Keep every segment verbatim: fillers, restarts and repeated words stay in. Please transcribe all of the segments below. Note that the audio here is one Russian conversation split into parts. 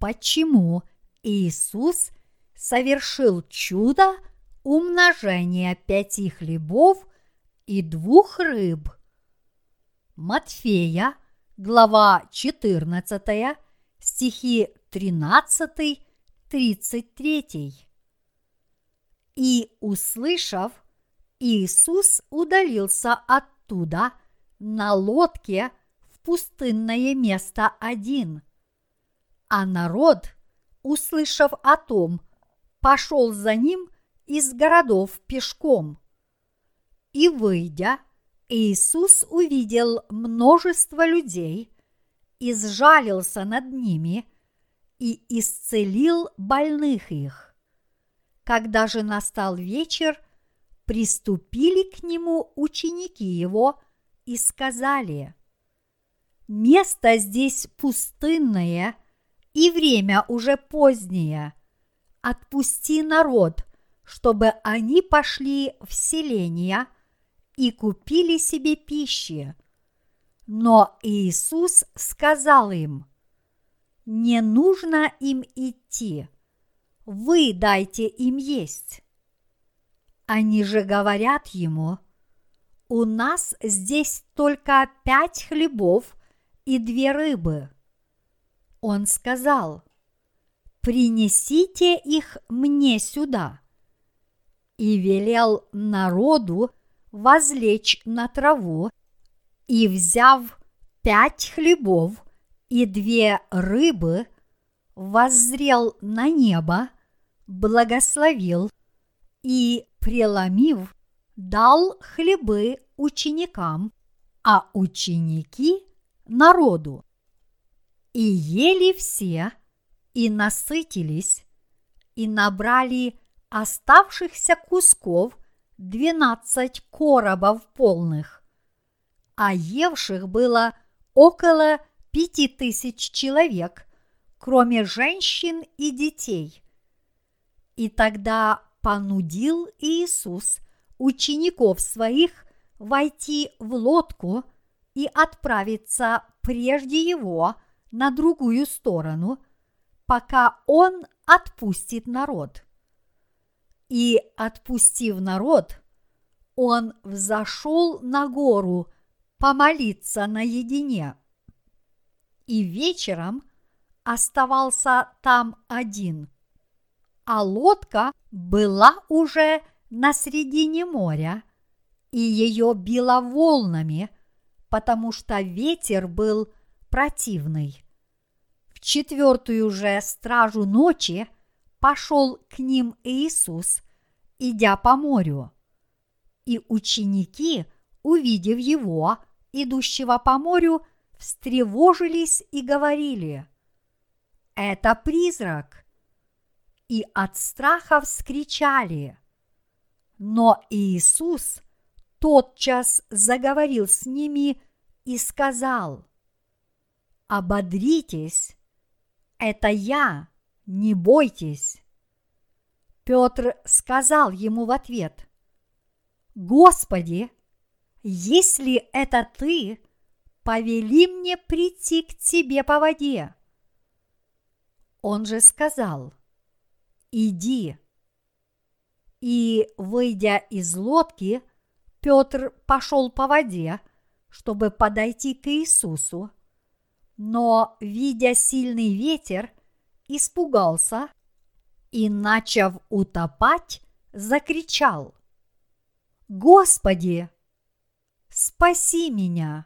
почему Иисус совершил чудо умножения пяти хлебов и двух рыб. Матфея, глава четырнадцатая, стихи тринадцатый тридцать три. И, услышав, Иисус удалился оттуда на лодке в пустынное место один, а народ, услышав о том, пошел за ним из городов пешком. И, выйдя, Иисус увидел множество людей и сжалился над ними и исцелил больных их. Когда же настал вечер, приступили к нему ученики его и сказали: «Место здесь пустынное, и время уже позднее. Отпусти народ, чтобы они пошли в селения и купили себе пищи». Но Иисус сказал им: «Не нужно им идти, вы дайте им есть». Они же говорят ему: «У нас здесь только пять хлебов и две рыбы». Он сказал: «Принесите их мне сюда». И велел народу возлечь на траву, и, взяв пять хлебов и две рыбы, воззрел на небо, благословил и, преломив, дал хлебы ученикам, а ученики – народу. И ели все, и насытились, и набрали оставшихся кусков двенадцать коробов полных, а евших было около пяти тысяч человек, кроме женщин и детей. И тогда понудил Иисус учеников своих войти в лодку и отправиться прежде его на другую сторону, пока он отпустит народ. И, отпустив народ, он взошел на гору помолиться наедине, и вечером оставался там один, а лодка была уже на середине моря, и ее било волнами, потому что ветер был противный. В четвертую же стражу ночи пошел к ним Иисус, идя по морю. И ученики, увидев его, идущего по морю, встревожились и говорили: «Это призрак!» И от страха вскричали. Но Иисус тотчас заговорил с ними и сказал: «Ободритесь, это я, не бойтесь». Петр сказал ему в ответ: «Господи, если это ты, повели мне прийти к тебе по воде». Он же сказал: «Иди». И, выйдя из лодки, Петр пошел по воде, чтобы подойти к Иисусу, но, видя сильный ветер, испугался и, начав утопать, закричал: «Господи, спаси меня!»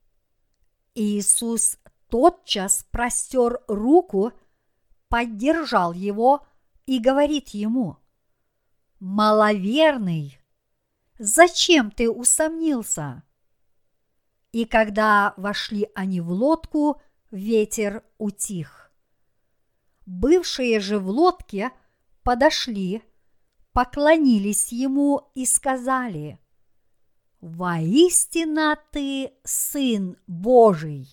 Иисус тотчас простер руку, поддержал его и говорит ему: «Маловерный, зачем ты усомнился?» И когда вошли они в лодку, ветер утих. Бывшие же в лодке подошли, поклонились ему и сказали: «Воистину ты Сын Божий».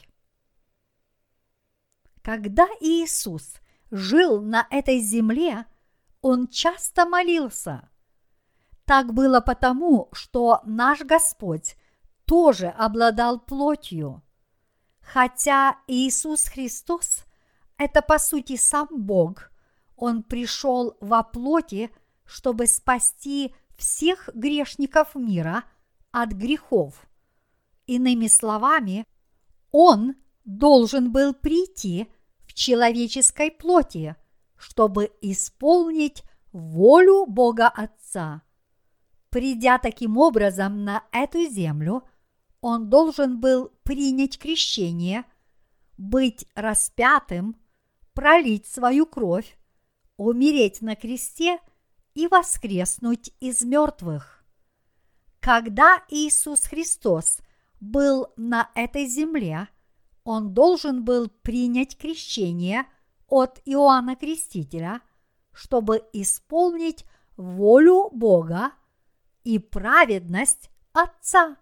Когда Иисус жил на этой земле, он часто молился. Так было потому, что наш Господь тоже обладал плотью. Хотя Иисус Христос это по сути сам Бог. Он пришел во плоти, чтобы спасти всех грешников мира от грехов. Иными словами, Он должен был прийти в человеческой плоти, чтобы исполнить волю Бога Отца. Придя таким образом на эту землю, Он должен был принять крещение, быть распятым, пролить свою кровь, умереть на кресте и воскреснуть из мертвых. Когда Иисус Христос был на этой земле, Он должен был принять крещение от Иоанна Крестителя, чтобы исполнить волю Бога и праведность Отца.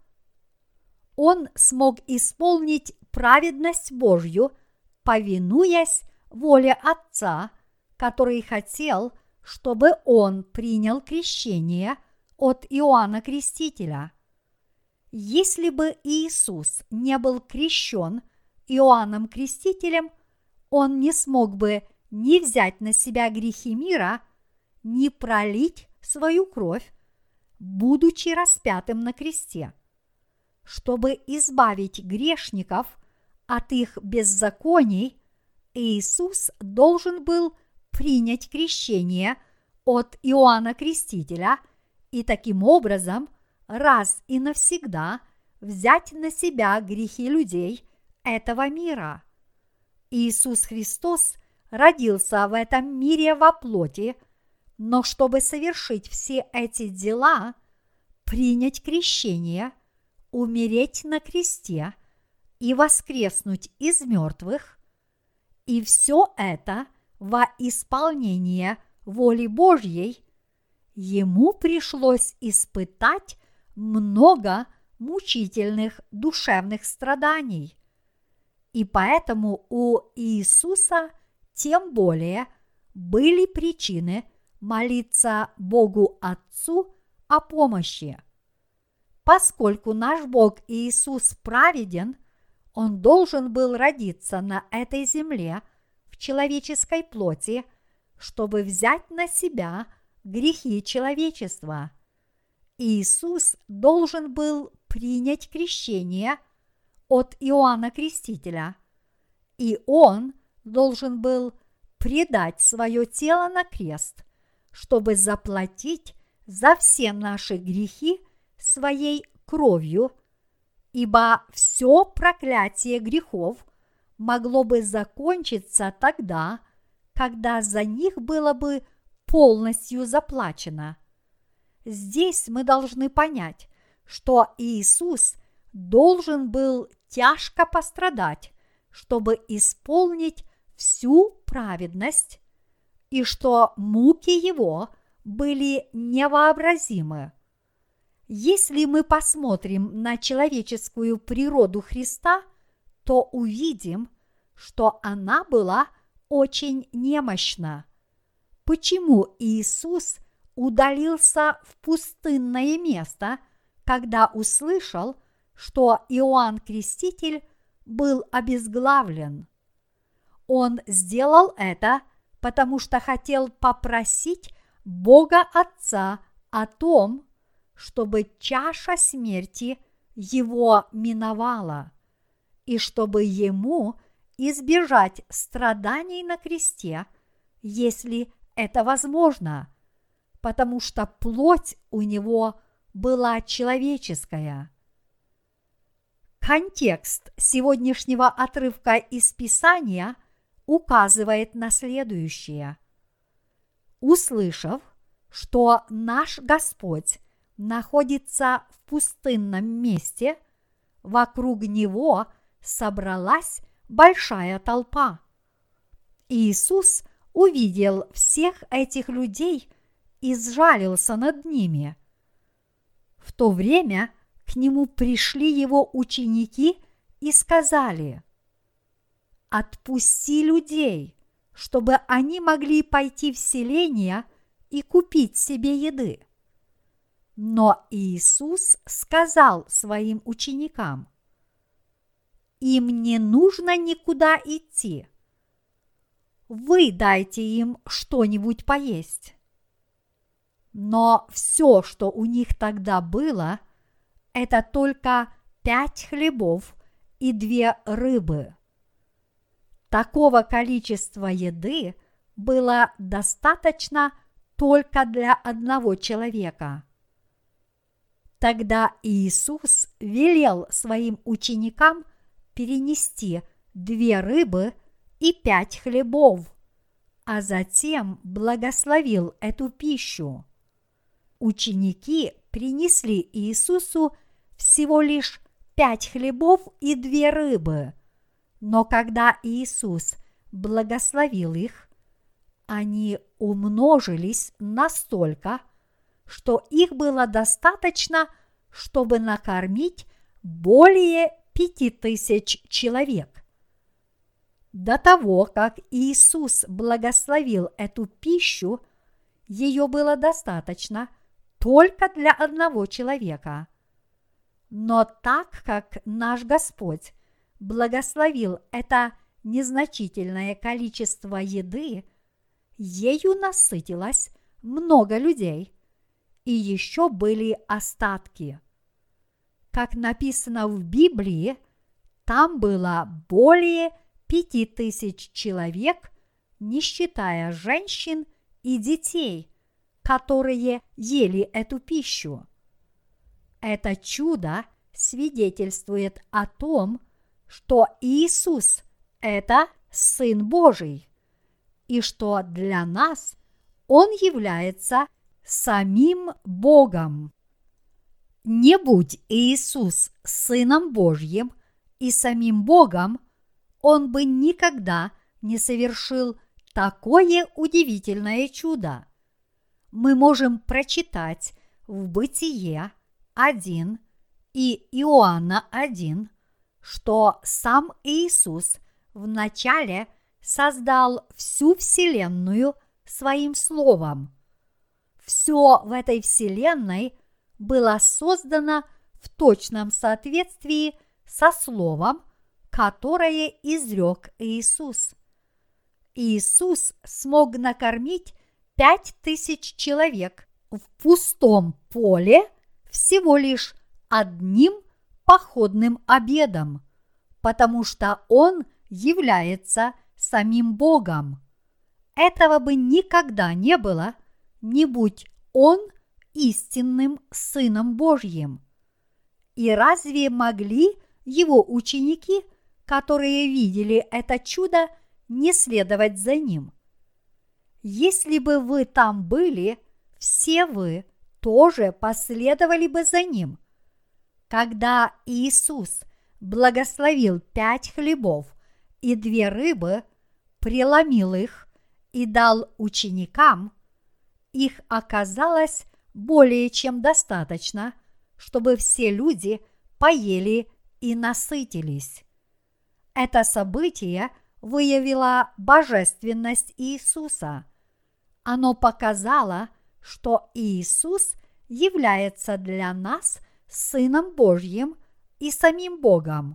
Он смог исполнить праведность Божью, повинуясь воле Отца, который хотел, чтобы он принял крещение от Иоанна Крестителя. Если бы Иисус не был крещен Иоанном Крестителем, он не смог бы ни взять на себя грехи мира, ни пролить свою кровь, будучи распятым на кресте. Чтобы избавить грешников от их беззаконий, Иисус должен был принять крещение от Иоанна Крестителя и таким образом раз и навсегда взять на себя грехи людей этого мира. Иисус Христос родился в этом мире во плоти, но чтобы совершить все эти дела, принять крещение, умереть на кресте и воскреснуть из мертвых, и все это во исполнение воли Божьей, ему пришлось испытать много мучительных душевных страданий. И поэтому у Иисуса тем более были причины молиться Богу Отцу о помощи. Поскольку наш Бог Иисус праведен, Он должен был родиться на этой земле в человеческой плоти, чтобы взять на себя грехи человечества. Иисус должен был принять крещение от Иоанна Крестителя, и Он должен был предать свое тело на крест, чтобы заплатить за все наши грехи своей кровью, ибо все проклятие грехов могло бы закончиться тогда, когда за них было бы полностью заплачено. Здесь мы должны понять, что Иисус должен был тяжко пострадать, чтобы исполнить всю праведность, и что муки Его были невообразимы. Если мы посмотрим на человеческую природу Христа, то увидим, что она была очень немощна. Почему Иисус удалился в пустынное место, когда услышал, что Иоанн Креститель был обезглавлен? Он сделал это, потому что хотел попросить Бога Отца о том, чтобы чаша смерти его миновала, и чтобы ему избежать страданий на кресте, если это возможно, потому что плоть у него была человеческая. Контекст сегодняшнего отрывка из Писания указывает на следующее. Услышав, что наш Господь находится в пустынном месте, вокруг него собралась большая толпа. Иисус увидел всех этих людей и сжалился над ними. В то время к нему пришли его ученики и сказали: «Отпусти людей, чтобы они могли пойти в селения и купить себе еды». Но Иисус сказал своим ученикам: «Им не нужно никуда идти. вы дайте им что-нибудь поесть. Но все, что у них тогда было, это только пять хлебов и две рыбы. Такого количества еды было достаточно только для одного человека. Тогда Иисус велел своим ученикам перенести две рыбы и пять хлебов, а затем благословил эту пищу. Ученики принесли Иисусу всего лишь пять хлебов и две рыбы, но когда Иисус благословил их, они умножились настолько, что их было достаточно, чтобы накормить более пяти тысяч человек. До того, как Иисус благословил эту пищу, ее было достаточно только для одного человека. Но так как наш Господь благословил это незначительное количество еды, ею насытилось много людей, и еще были остатки. Как написано в Библии, там было более пяти тысяч человек, не считая женщин и детей, которые ели эту пищу. Это чудо свидетельствует о том, что Иисус – это Сын Божий, и что для нас Он является самим Богом. Не будь Иисус Сыном Божьим и самим Богом, Он бы никогда не совершил такое удивительное чудо. Мы можем прочитать в Бытие один и Иоанна один, что сам Иисус вначале создал всю вселенную своим словом. Все в этой вселенной было создано в точном соответствии со словом, которое изрек Иисус. Иисус смог накормить пять тысяч человек в пустом поле всего лишь одним походным обедом, потому что Он является самим Богом. Этого бы никогда не было, не будь Он истинным Сыном Божьим. И разве могли Его ученики, которые видели это чудо, не следовать за Ним? Если бы вы там были, все вы тоже последовали бы за Ним. Когда Иисус благословил пять хлебов и две рыбы, преломил их и дал ученикам, их оказалось более чем достаточно, чтобы все люди поели и насытились. Это событие выявило божественность Иисуса. Оно показало, что Иисус является для нас Сыном Божьим и самим Богом.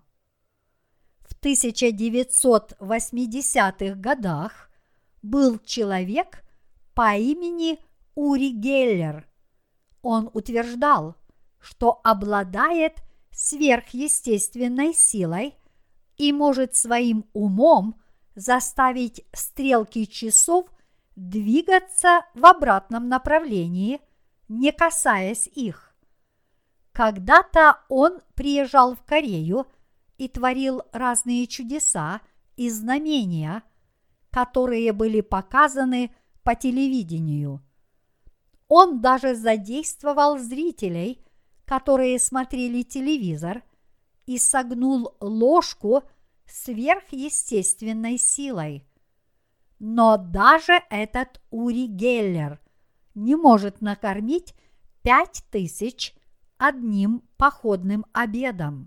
В тысяча девятьсот восьмидесятых годах был человек по имени Ури Геллер. Он утверждал, что обладает сверхъестественной силой и может своим умом заставить стрелки часов двигаться в обратном направлении, не касаясь их. Когда-то он приезжал в Корею и творил разные чудеса и знамения, которые были показаны по телевидению. Он даже задействовал зрителей, которые смотрели телевизор, и согнул ложку сверхъестественной силой. Но даже этот Ури Геллер не может накормить пять тысяч одним походным обедом.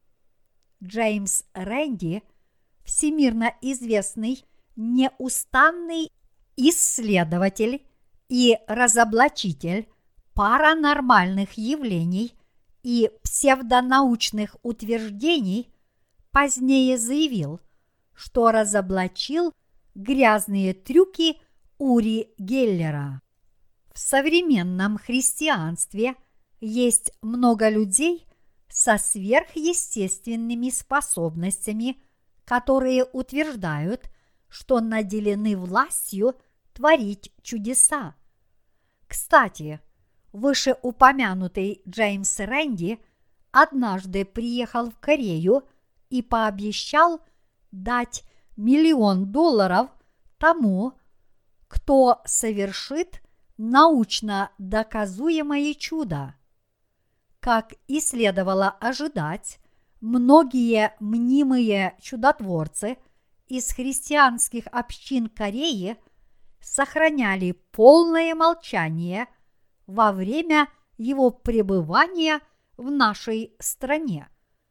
Джеймс Рэнди, всемирно известный неустанный исследователь и разоблачитель паранормальных явлений и псевдонаучных утверждений, позднее заявил, что разоблачил грязные трюки Ури Геллера. В современном христианстве есть много людей со сверхъестественными способностями, которые утверждают, что наделены властью творить чудеса. Кстати, вышеупомянутый Джеймс Рэнди однажды приехал в Корею и пообещал дать миллион долларов тому, кто совершит научно доказуемое чудо. Как и следовало ожидать, многие мнимые чудотворцы из христианских общин Кореи сохраняли полное молчание во время его пребывания в нашей стране.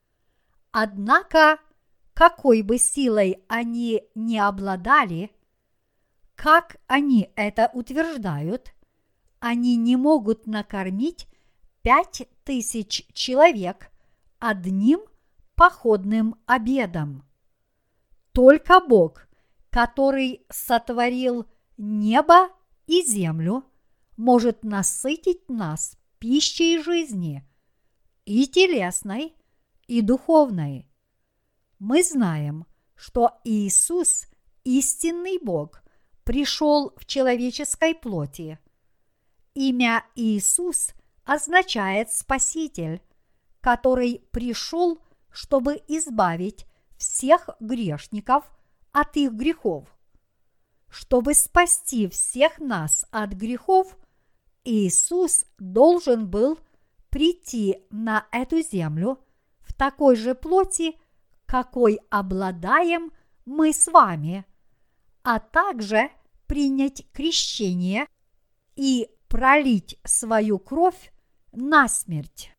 Однако, какой бы силой они ни обладали, как они это утверждают, они не могут накормить пять тысяч человек одним походным обедом. Только Бог, который сотворил небо и землю, может насытить нас пищей жизни, и телесной, и духовной. Мы знаем, что Иисус, истинный Бог, пришел в человеческой плоти. Имя Иисус означает Спаситель, который пришел, чтобы избавить всех грешников от их грехов. Чтобы спасти всех нас от грехов, Иисус должен был прийти на эту землю в такой же плоти, какой обладаем мы с вами, а также принять крещение и пролить свою кровь на смерть.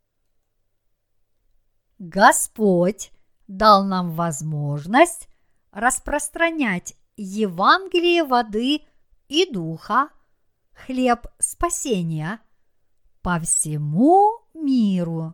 Господь дал нам возможность распространять Евангелие воды и духа, хлеб спасения, по всему миру.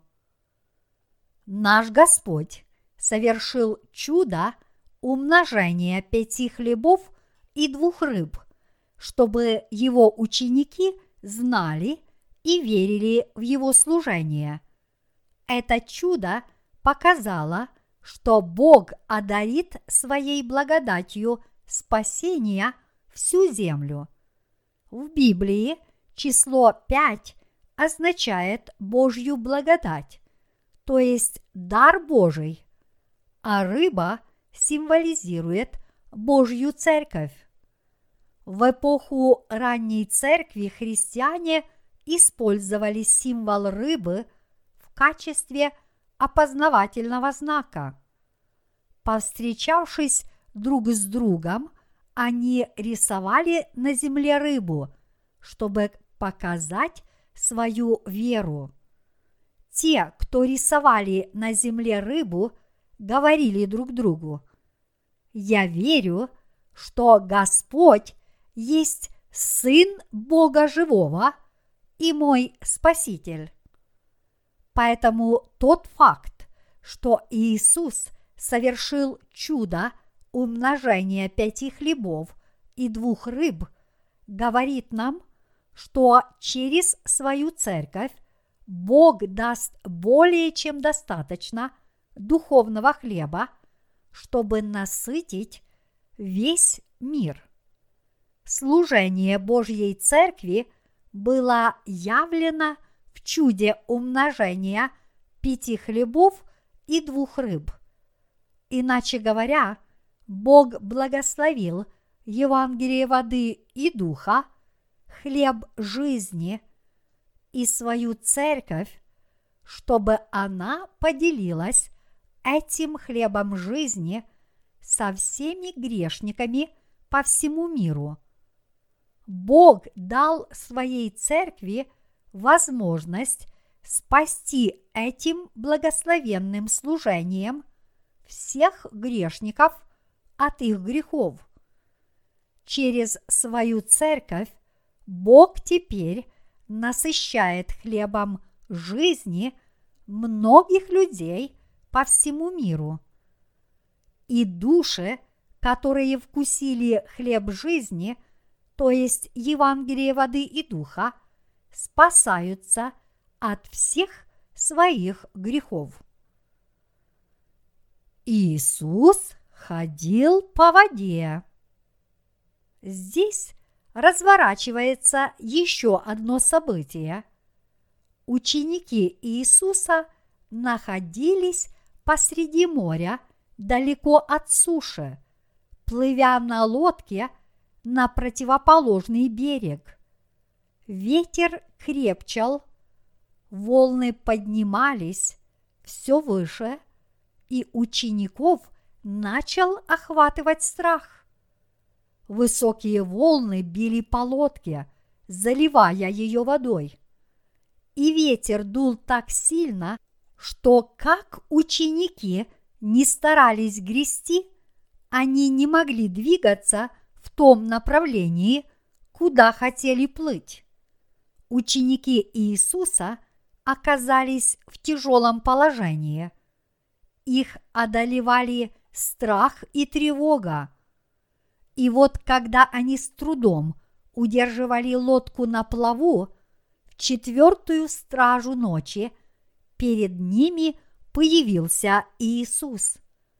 Наш Господь совершил чудо умножения пяти хлебов и двух рыб, чтобы его ученики знали и верили в его служение. Это чудо показало, что Бог одарит своей благодатью спасения всю землю. В Библии число пять означает Божью благодать, то есть дар Божий, а рыба символизирует Божью церковь. В эпоху ранней церкви христиане использовали символ рыбы в качестве опознавательного знака. Повстречавшись друг с другом, они рисовали на земле рыбу, чтобы показать свою веру. Те, кто рисовали на земле рыбу, говорили друг другу: «Я верю, что Господь есть Сын Бога Живого и мой Спаситель». Поэтому тот факт, что Иисус совершил чудо умножения пяти хлебов и двух рыб, говорит нам, что через свою церковь Бог даст более чем достаточно духовного хлеба, чтобы насытить весь мир. Служение Божьей Церкви было явлено в чуде умножения пяти хлебов и двух рыб. Иначе говоря, Бог благословил Евангелие воды и духа, хлеб жизни и свою церковь, чтобы она поделилась этим хлебом жизни со всеми грешниками по всему миру. Бог дал своей церкви возможность спасти этим благословенным служением всех грешников от их грехов. Через свою церковь Бог теперь насыщает хлебом жизни многих людей по всему миру. И души, которые вкусили хлеб жизни, то есть Евангелие воды и духа, спасаются от всех своих грехов. Иисус ходил по воде. Здесь разворачивается еще одно событие. Ученики Иисуса находились посреди моря, далеко от суши, плывя на лодке на противоположный берег. Ветер крепчал, волны поднимались все выше, и учеников начал охватывать страх. Высокие волны били по лодке, заливая ее водой. И ветер дул так сильно, что как ученики не старались грести, они не могли двигаться в том направлении, куда хотели плыть. Ученики Иисуса оказались в тяжелом положении. Их одолевали страх и тревога. И вот когда они с трудом удерживали лодку на плаву, в четвертую стражу ночи перед ними появился Иисус.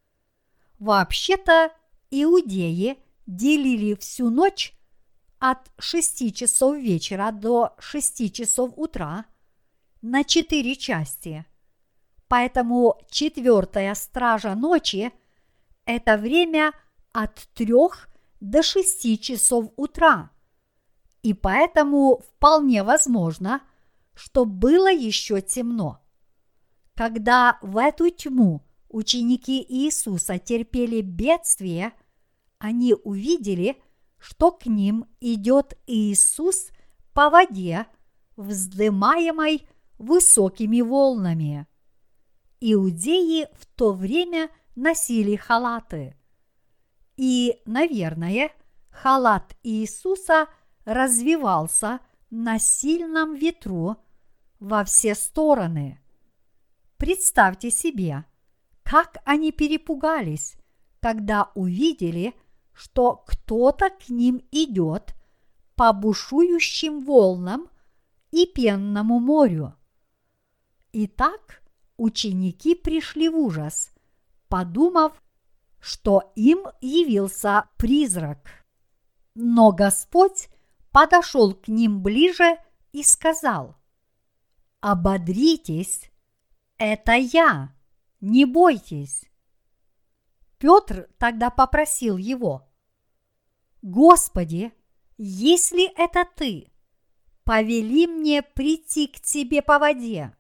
Вообще-то иудеи делили всю ночь от шести часов вечера до шести часов утра на четыре части. Поэтому четвертая стража ночи – это время от трех до шести часов утра. И поэтому вполне возможно, что было еще темно. Когда в эту тьму ученики Иисуса терпели бедствие, они увидели, что к ним идет Иисус по воде, вздымаемой высокими волнами. Иудеи в то время носили халаты. И, наверное, халат Иисуса развивался на сильном ветру во все стороны. Представьте себе, как они перепугались, когда увидели, что кто-то к ним идет по бушующим волнам и пенному морю. Итак, ученики пришли в ужас, подумав, что им явился призрак. Но Господь подошел к ним ближе и сказал: «Ободритесь, это я, не бойтесь». Петр тогда попросил его: «Господи, если это ты, повели мне прийти к тебе по воде».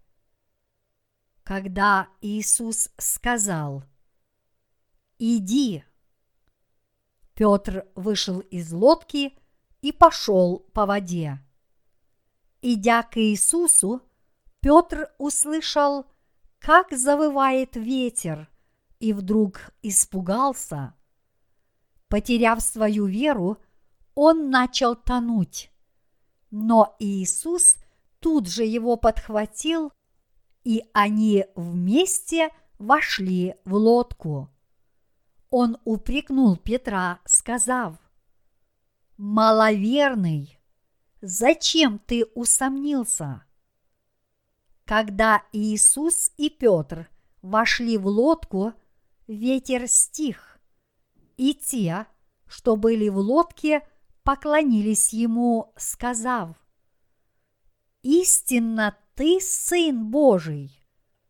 Когда Иисус сказал: «Иди», Петр вышел из лодки и пошел по воде. Идя к Иисусу, Петр услышал, как завывает ветер, и вдруг испугался. Потеряв свою веру, он начал тонуть. Но Иисус тут же его подхватил, и они вместе вошли в лодку. Он упрекнул Петра, сказав: «Маловерный, зачем ты усомнился?» Когда Иисус и Петр вошли в лодку, ветер стих, и те, что были в лодке, поклонились ему, сказав: «Истинно ты Сын Божий».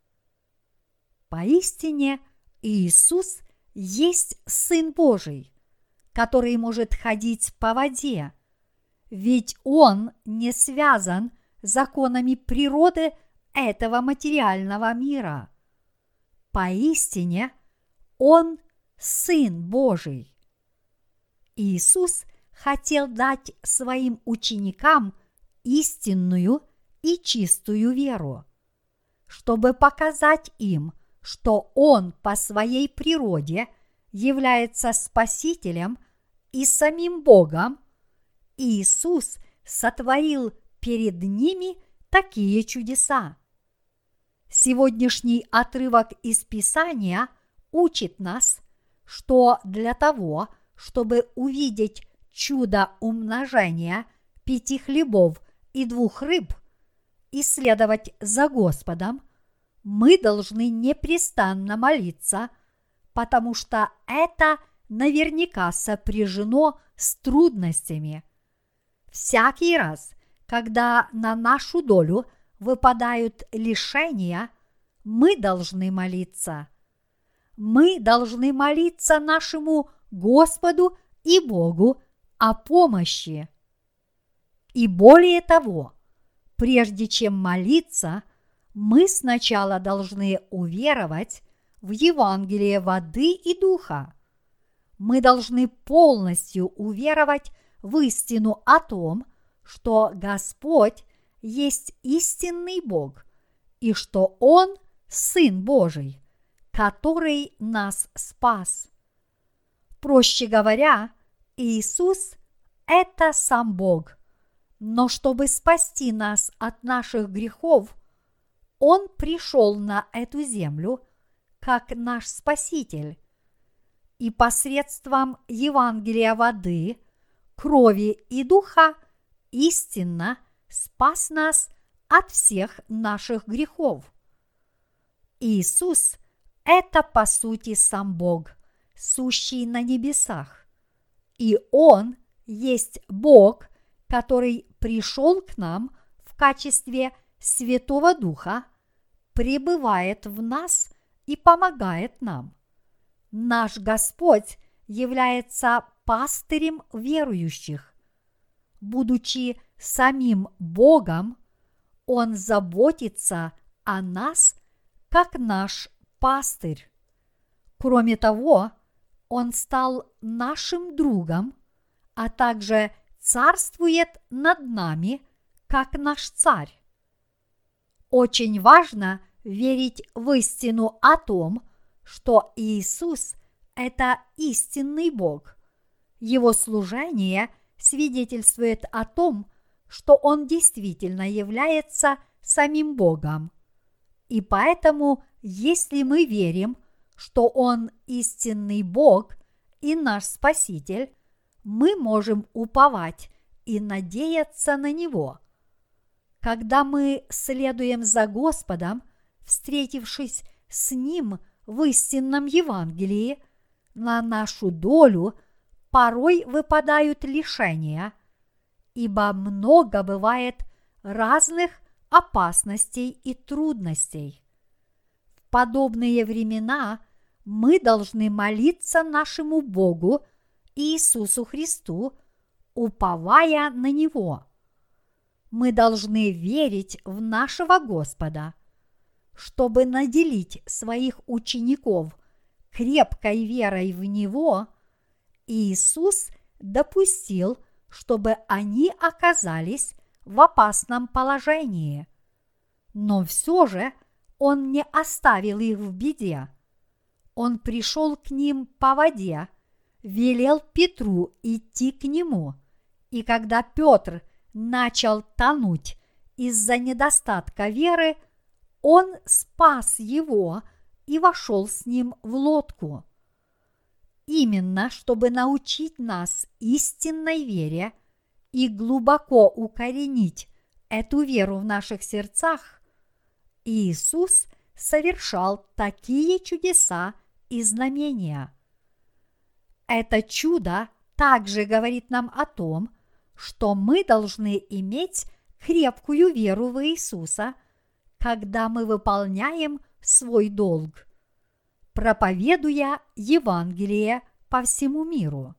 Поистине, Иисус есть Сын Божий, который может ходить по воде, ведь Он не связан законами природы этого материального мира. Поистине, Он Сын Божий. Иисус хотел дать своим ученикам истинную и чистую веру, чтобы показать им, что Он по своей природе является Спасителем и самим Богом. Иисус сотворил перед ними такие чудеса. Сегодняшний отрывок из Писания учит нас, что для того, чтобы увидеть чудо умножения пяти хлебов и двух рыб и следовать за Господом, мы должны непрестанно молиться, потому что это наверняка сопряжено с трудностями. Всякий раз, когда на нашу долю выпадают лишения, мы должны молиться. Мы должны молиться нашему Господу и Богу о помощи. И более того, прежде чем молиться, мы сначала должны уверовать в Евангелие воды и духа. Мы должны полностью уверовать в истину о том, что Господь есть истинный Бог и что Он – Сын Божий, который нас спас. Проще говоря, Иисус – это сам Бог, но чтобы спасти нас от наших грехов, Он пришел на эту землю как наш Спаситель, и посредством Евангелия воды, крови и духа истинно спас нас от всех наших грехов. Иисус – это по сути сам Бог, сущий на небесах, и Он есть Бог, который пришел к нам в качестве Святого Духа, пребывает в нас и помогает нам. Наш Господь является пастырем верующих. Будучи самим Богом, Он заботится о нас, как наш пастырь. Кроме того, Он стал нашим другом, а также царствует над нами, как наш царь. Очень важно верить в истину о том, что Иисус – это истинный Бог. Его служение свидетельствует о том, что Он действительно является самим Богом. И поэтому, если мы верим, что Он истинный Бог и наш Спаситель, мы можем уповать и надеяться на Него. Когда мы следуем за Господом, встретившись с Ним в истинном Евангелии, на нашу долю порой выпадают лишения, ибо много бывает разных опасностей и трудностей. В подобные времена мы должны молиться нашему Богу Иисусу Христу, уповая на Него. Мы должны верить в нашего Господа. Чтобы наделить своих учеников крепкой верой в Него, Иисус допустил, чтобы они оказались в опасном положении. Но все же Он не оставил их в беде. Он пришел к ним по воде, велел Петру идти к Нему, и когда Петр начал тонуть из-за недостатка веры, Он спас его и вошел с ним в лодку. Именно чтобы научить нас истинной вере и глубоко укоренить эту веру в наших сердцах, Иисус совершал такие чудеса и знамения. Это чудо также говорит нам о том, что мы должны иметь крепкую веру в Иисуса, когда мы выполняем свой долг, проповедуя Евангелие по всему миру.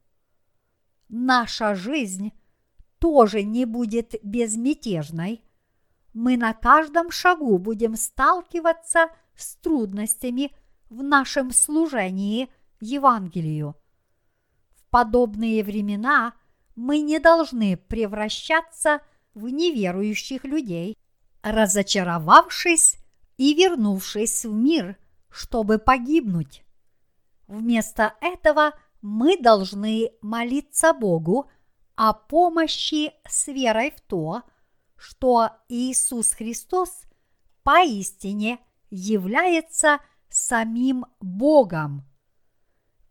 Наша жизнь тоже не будет безмятежной. Мы на каждом шагу будем сталкиваться с трудностями в нашем служении Евангелию. В подобные времена мы не должны превращаться в неверующих людей, разочаровавшись и вернувшись в мир, чтобы погибнуть. Вместо этого мы должны молиться Богу о помощи с верой в то, что Иисус Христос поистине является самим Богом.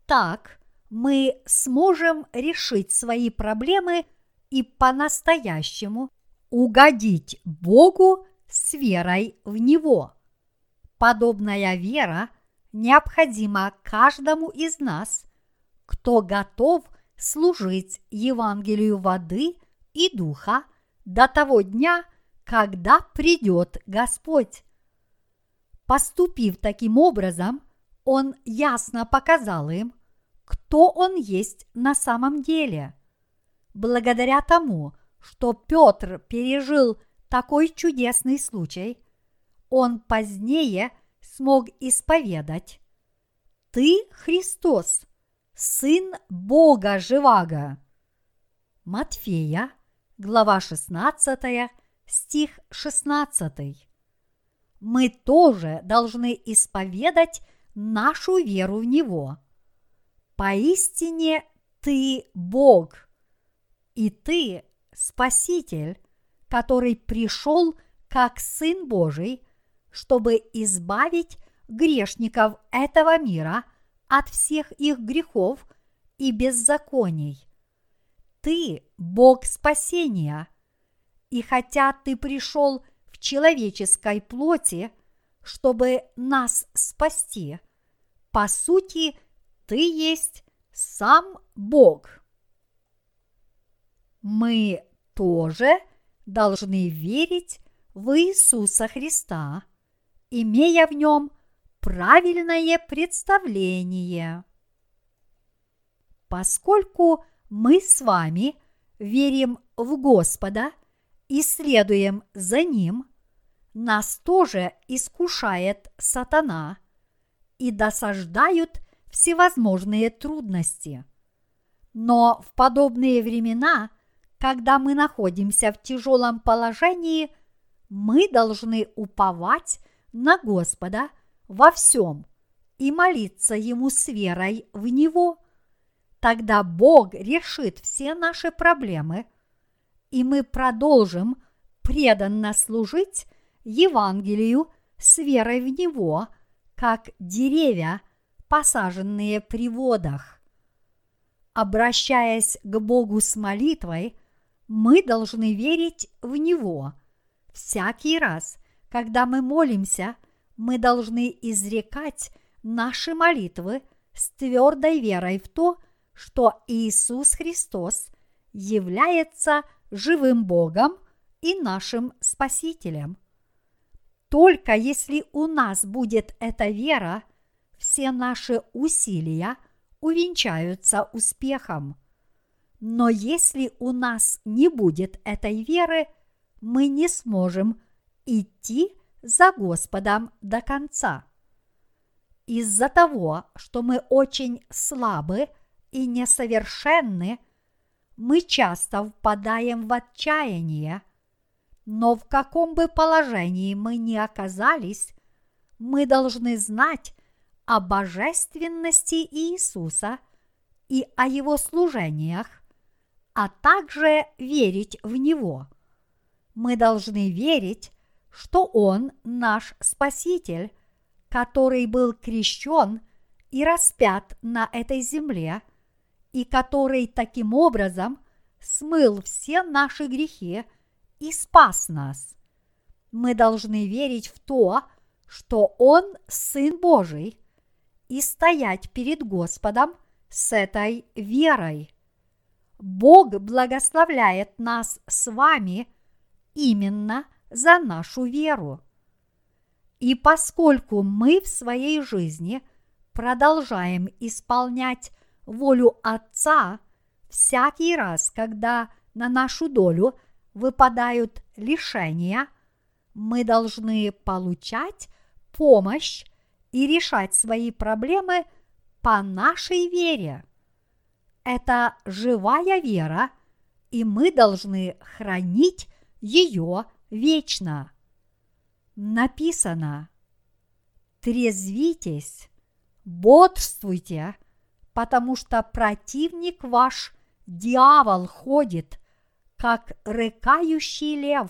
Так мы сможем решить свои проблемы и по-настоящему угодить Богу с верой в Него. Подобная вера необходима каждому из нас, кто готов служить Евангелию воды и духа до того дня, когда придет Господь. Поступив таким образом, Он ясно показал им, кто Он есть на самом деле. Благодаря тому, что Петр пережил такой чудесный случай, он позднее смог исповедать: «Ты Христос, Сын Бога Живаго». Матфея, глава шестнадцатая, стих шестнадцатый. Мы тоже должны исповедать нашу веру в Него. Поистине Ты Бог, и Ты Спаситель, который пришел как Сын Божий, чтобы избавить грешников этого мира от всех их грехов и беззаконий. Ты Бог спасения, и хотя Ты пришел в человеческой плоти, чтобы нас спасти, по сути, Ты есть сам Бог. Мы тоже должны верить в Иисуса Христа, имея в Нем правильное представление. Поскольку мы с вами верим в Господа и следуем за Ним, нас тоже искушает сатана и досаждают всевозможные трудности. Но в подобные времена, когда мы находимся в тяжелом положении, мы должны уповать на Господа во всем и молиться Ему с верой в Него. Тогда Бог решит все наши проблемы, и мы продолжим преданно служить Евангелию с верой в Него, как деревья, посаженные при водах. Обращаясь к Богу с молитвой, мы должны верить в Него. Всякий раз, когда мы молимся, мы должны изрекать наши молитвы с твердой верой в то, что Иисус Христос является живым Богом и нашим Спасителем. Только если у нас будет эта вера, все наши усилия увенчаются успехом. Но если у нас не будет этой веры, мы не сможем идти за Господом до конца. Из-за того, что мы очень слабы и несовершенны, мы часто впадаем в отчаяние, но в каком бы положении мы ни оказались, мы должны знать о божественности Иисуса и о Его служениях, а также верить в Него. Мы должны верить, что Он наш Спаситель, который был крещен и распят на этой земле, и который таким образом смыл все наши грехи и спас нас. Мы должны верить в то, что Он Сын Божий, и стоять перед Господом с этой верой. Бог благословляет нас с вами именно за нашу веру. И поскольку мы в своей жизни продолжаем исполнять волю Отца всякий раз, когда на нашу долю выпадают лишения, мы должны получать помощь и решать свои проблемы по нашей вере. Это живая вера, и мы должны хранить ее вечно. Написано: трезвитесь, бодрствуйте, потому что противник ваш, дьявол, ходит, как рыкающий лев,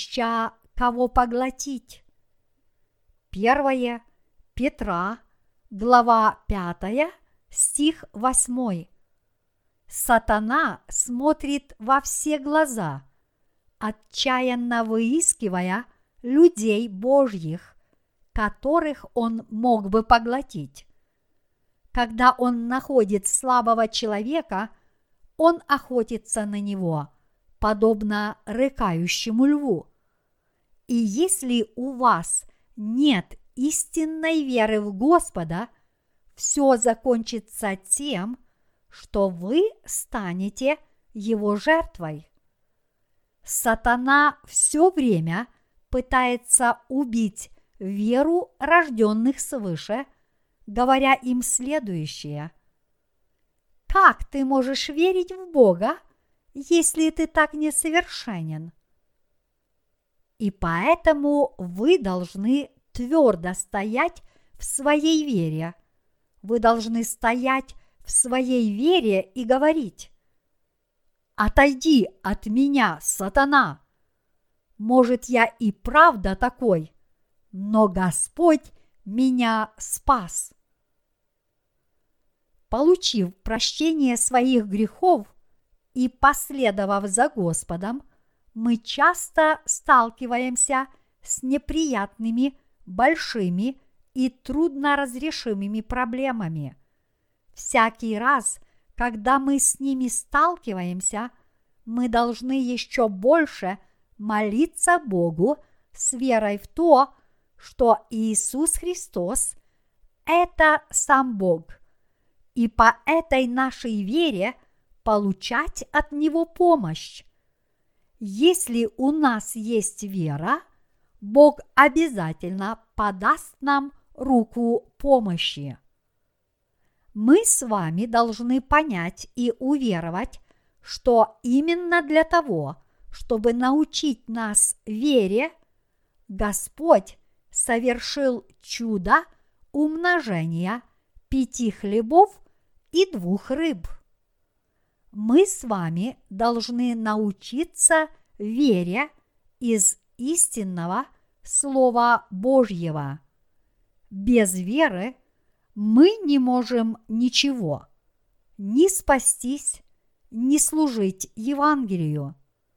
ища кого поглотить. Первое Петра, глава пятая, стих восьмой. Сатана смотрит во все глаза, отчаянно выискивая людей Божьих, которых он мог бы поглотить. Когда он находит слабого человека, он охотится на него, подобно рыкающему льву. И если у вас нет истинной веры в Господа, все закончится тем, что вы станете его жертвой. Сатана все время пытается убить веру рожденных свыше, говоря им следующее: «Как ты можешь верить в Бога, если ты так несовершенен?» И поэтому вы должны твердо стоять в своей вере. Вы должны стоять в своей вере и говорить: «Отойди от меня, сатана! Может, я и правда такой, но Господь меня спас». Получив прощение своих грехов и последовав за Господом, мы часто сталкиваемся с неприятными, большими и трудноразрешимыми проблемами. Всякий раз, когда мы с ними сталкиваемся, мы должны еще больше молиться Богу с верой в то, что Иисус Христос – это сам Бог, и по этой нашей вере получать от Него помощь. Если у нас есть вера, Бог обязательно подаст нам руку помощи. Мы с вами должны понять и уверовать, что именно для того, чтобы научить нас вере, Господь совершил чудо умножения пяти хлебов и двух рыб. Мы с вами должны научиться вере из истинного Слова Божьего. Без веры мы не можем ничего, ни спастись, ни служить Евангелию.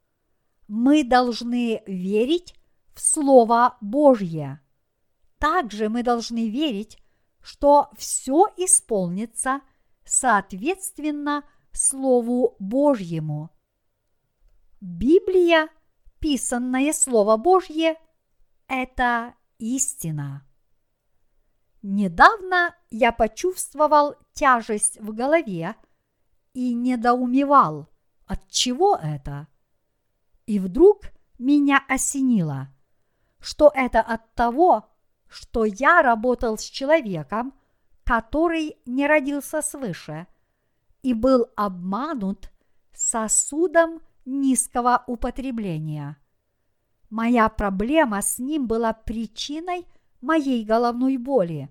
Мы должны верить в Слово Божье. Также мы должны верить, что все исполнится соответственно Слову Божьему. Библия, писанное Слово Божье, это истина. Недавно я почувствовал тяжесть в голове и недоумевал, от чего это. И вдруг меня осенило, что это от того, что я работал с человеком, который не родился свыше и был обманут сосудом низкого употребления. Моя проблема с ним была причиной моей головной боли.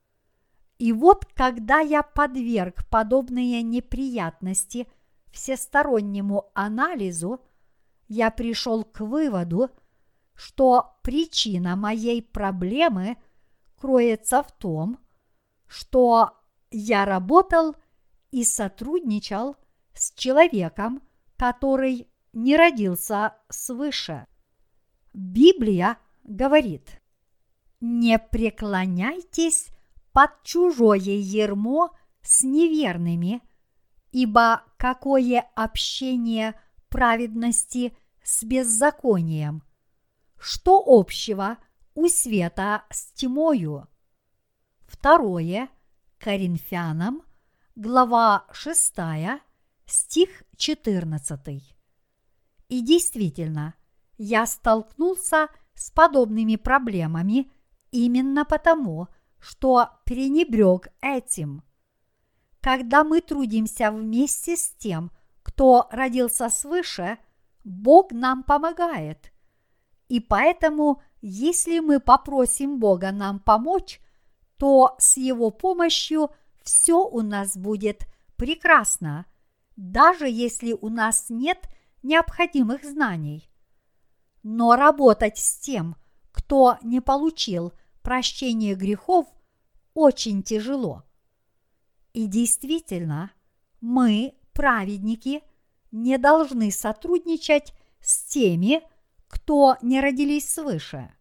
И вот когда я подверг подобные неприятности всестороннему анализу, я пришел к выводу, что причина моей проблемы кроется в том, что я работал и сотрудничал с человеком, который не родился свыше. Библия говорит: «Не преклоняйтесь под чужое ярмо с неверными, ибо какое общение праведности с беззаконием? Что общего у света с тьмою?» Второе Коринфянам, глава шестая, стих четырнадцатый. И действительно, я столкнулся с подобными проблемами именно потому, что пренебрег этим. Когда мы трудимся вместе с тем, кто родился свыше, Бог нам помогает. И поэтому, если мы попросим Бога нам помочь, то с Его помощью все у нас будет прекрасно, даже если у нас нет необходимых знаний. Но работать с тем, кто не получил прощения грехов, очень тяжело. И действительно, мы, праведники, не должны сотрудничать с теми, кто не родились свыше.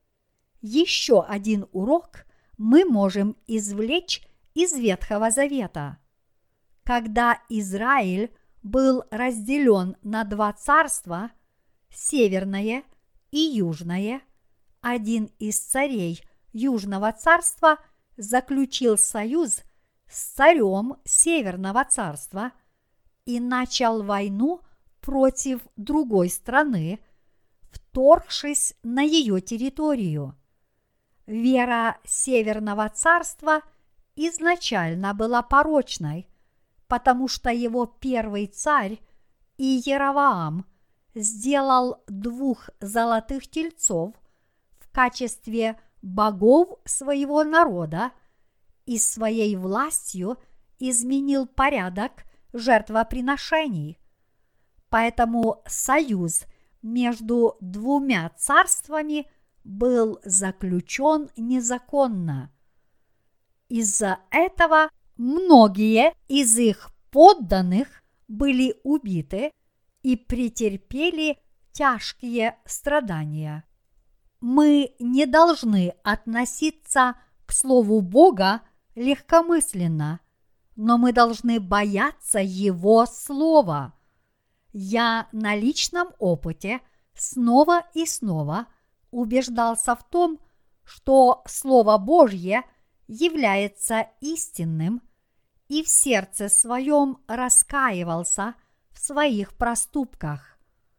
Еще один урок мы можем извлечь из Ветхого Завета. Когда Израиль был разделен на два царства, северное и южное, один из царей Южного царства заключил союз с царем Северного царства и начал войну против другой страны, вторгшись на ее территорию. Вера Северного царства изначально была порочной, потому что его первый царь Иеровоам сделал двух золотых тельцов в качестве богов своего народа и своей властью изменил порядок жертвоприношений. Поэтому союз между двумя царствами был заключен незаконно. Из-за этого многие из их подданных были убиты и претерпели тяжкие страдания. Мы не должны относиться к Слову Бога легкомысленно, но мы должны бояться Его Слова. Я на личном опыте снова и снова убеждался в том, что Слово Божье является истинным, и в сердце своем раскаивался в своих проступках.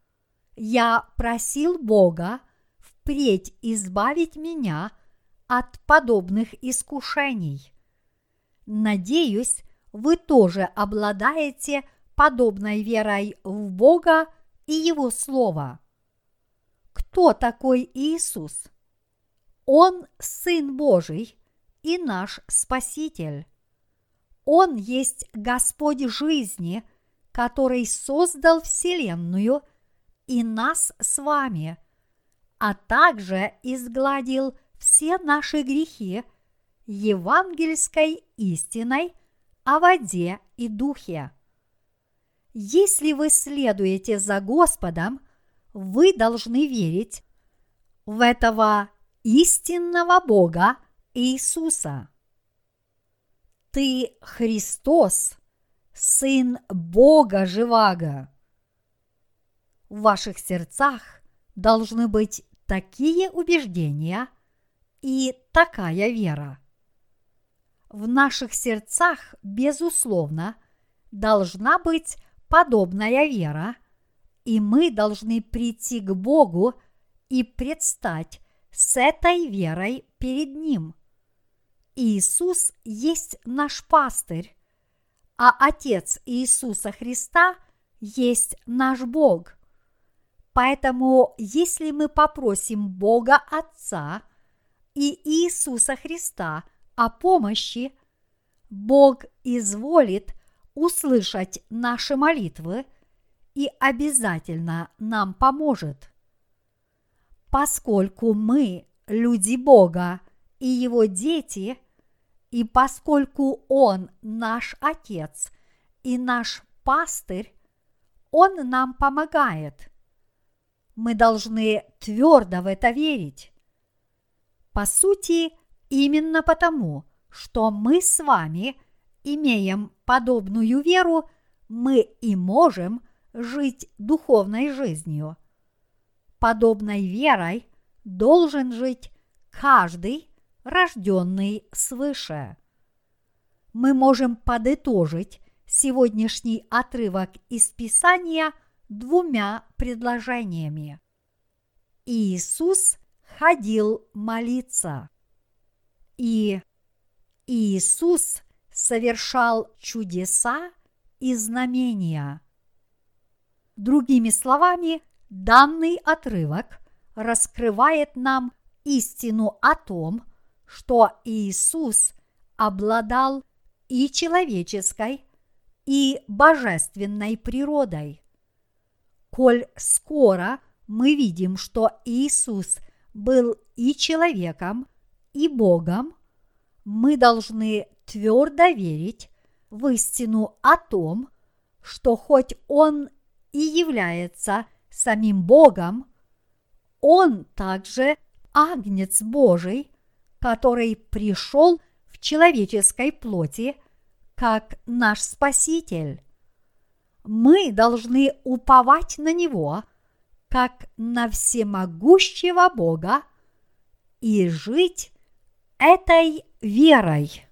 Я просил Бога впредь избавить меня от подобных искушений. Надеюсь, вы тоже обладаете подобной верой в Бога и Его Слово. Кто такой Иисус? Он Сын Божий и наш Спаситель. Он есть Господь жизни, который создал Вселенную и нас с вами, а также изгладил все наши грехи евангельской истиной о воде и духе. Если вы следуете за Господом, вы должны верить в этого истинного Бога Иисуса. Ты Христос, Сын Бога Живаго. В ваших сердцах должны быть такие убеждения и такая вера. В наших сердцах, безусловно, должна быть подобная вера, и мы должны прийти к Богу и предстать с этой верой перед Ним. Иисус есть наш пастырь, а Отец Иисуса Христа есть наш Бог. Поэтому, если мы попросим Бога Отца и Иисуса Христа о помощи, Бог изволит услышать наши молитвы и обязательно нам поможет. Поскольку мы люди Бога и Его дети, и поскольку Он наш Отец и наш пастырь, Он нам помогает. Мы должны твердо в это верить. По сути, именно потому, что мы с вами имеем подобную веру, мы и можем жить духовной жизнью. Подобной верой должен жить каждый, рожденный свыше. Мы можем подытожить сегодняшний отрывок из Писания двумя предложениями. Иисус ходил молиться. И Иисус совершал чудеса и знамения. Другими словами, данный отрывок раскрывает нам истину о том, что Иисус обладал и человеческой, и божественной природой. Коль скоро мы видим, что Иисус был и человеком, и Богом, мы должны твердо верить в истину о том, что хоть Он и является самим Богом, Он также Агнец Божий, который пришел в человеческой плоти как наш Спаситель. Мы должны уповать на Него, как на всемогущего Бога, и жить этой верой.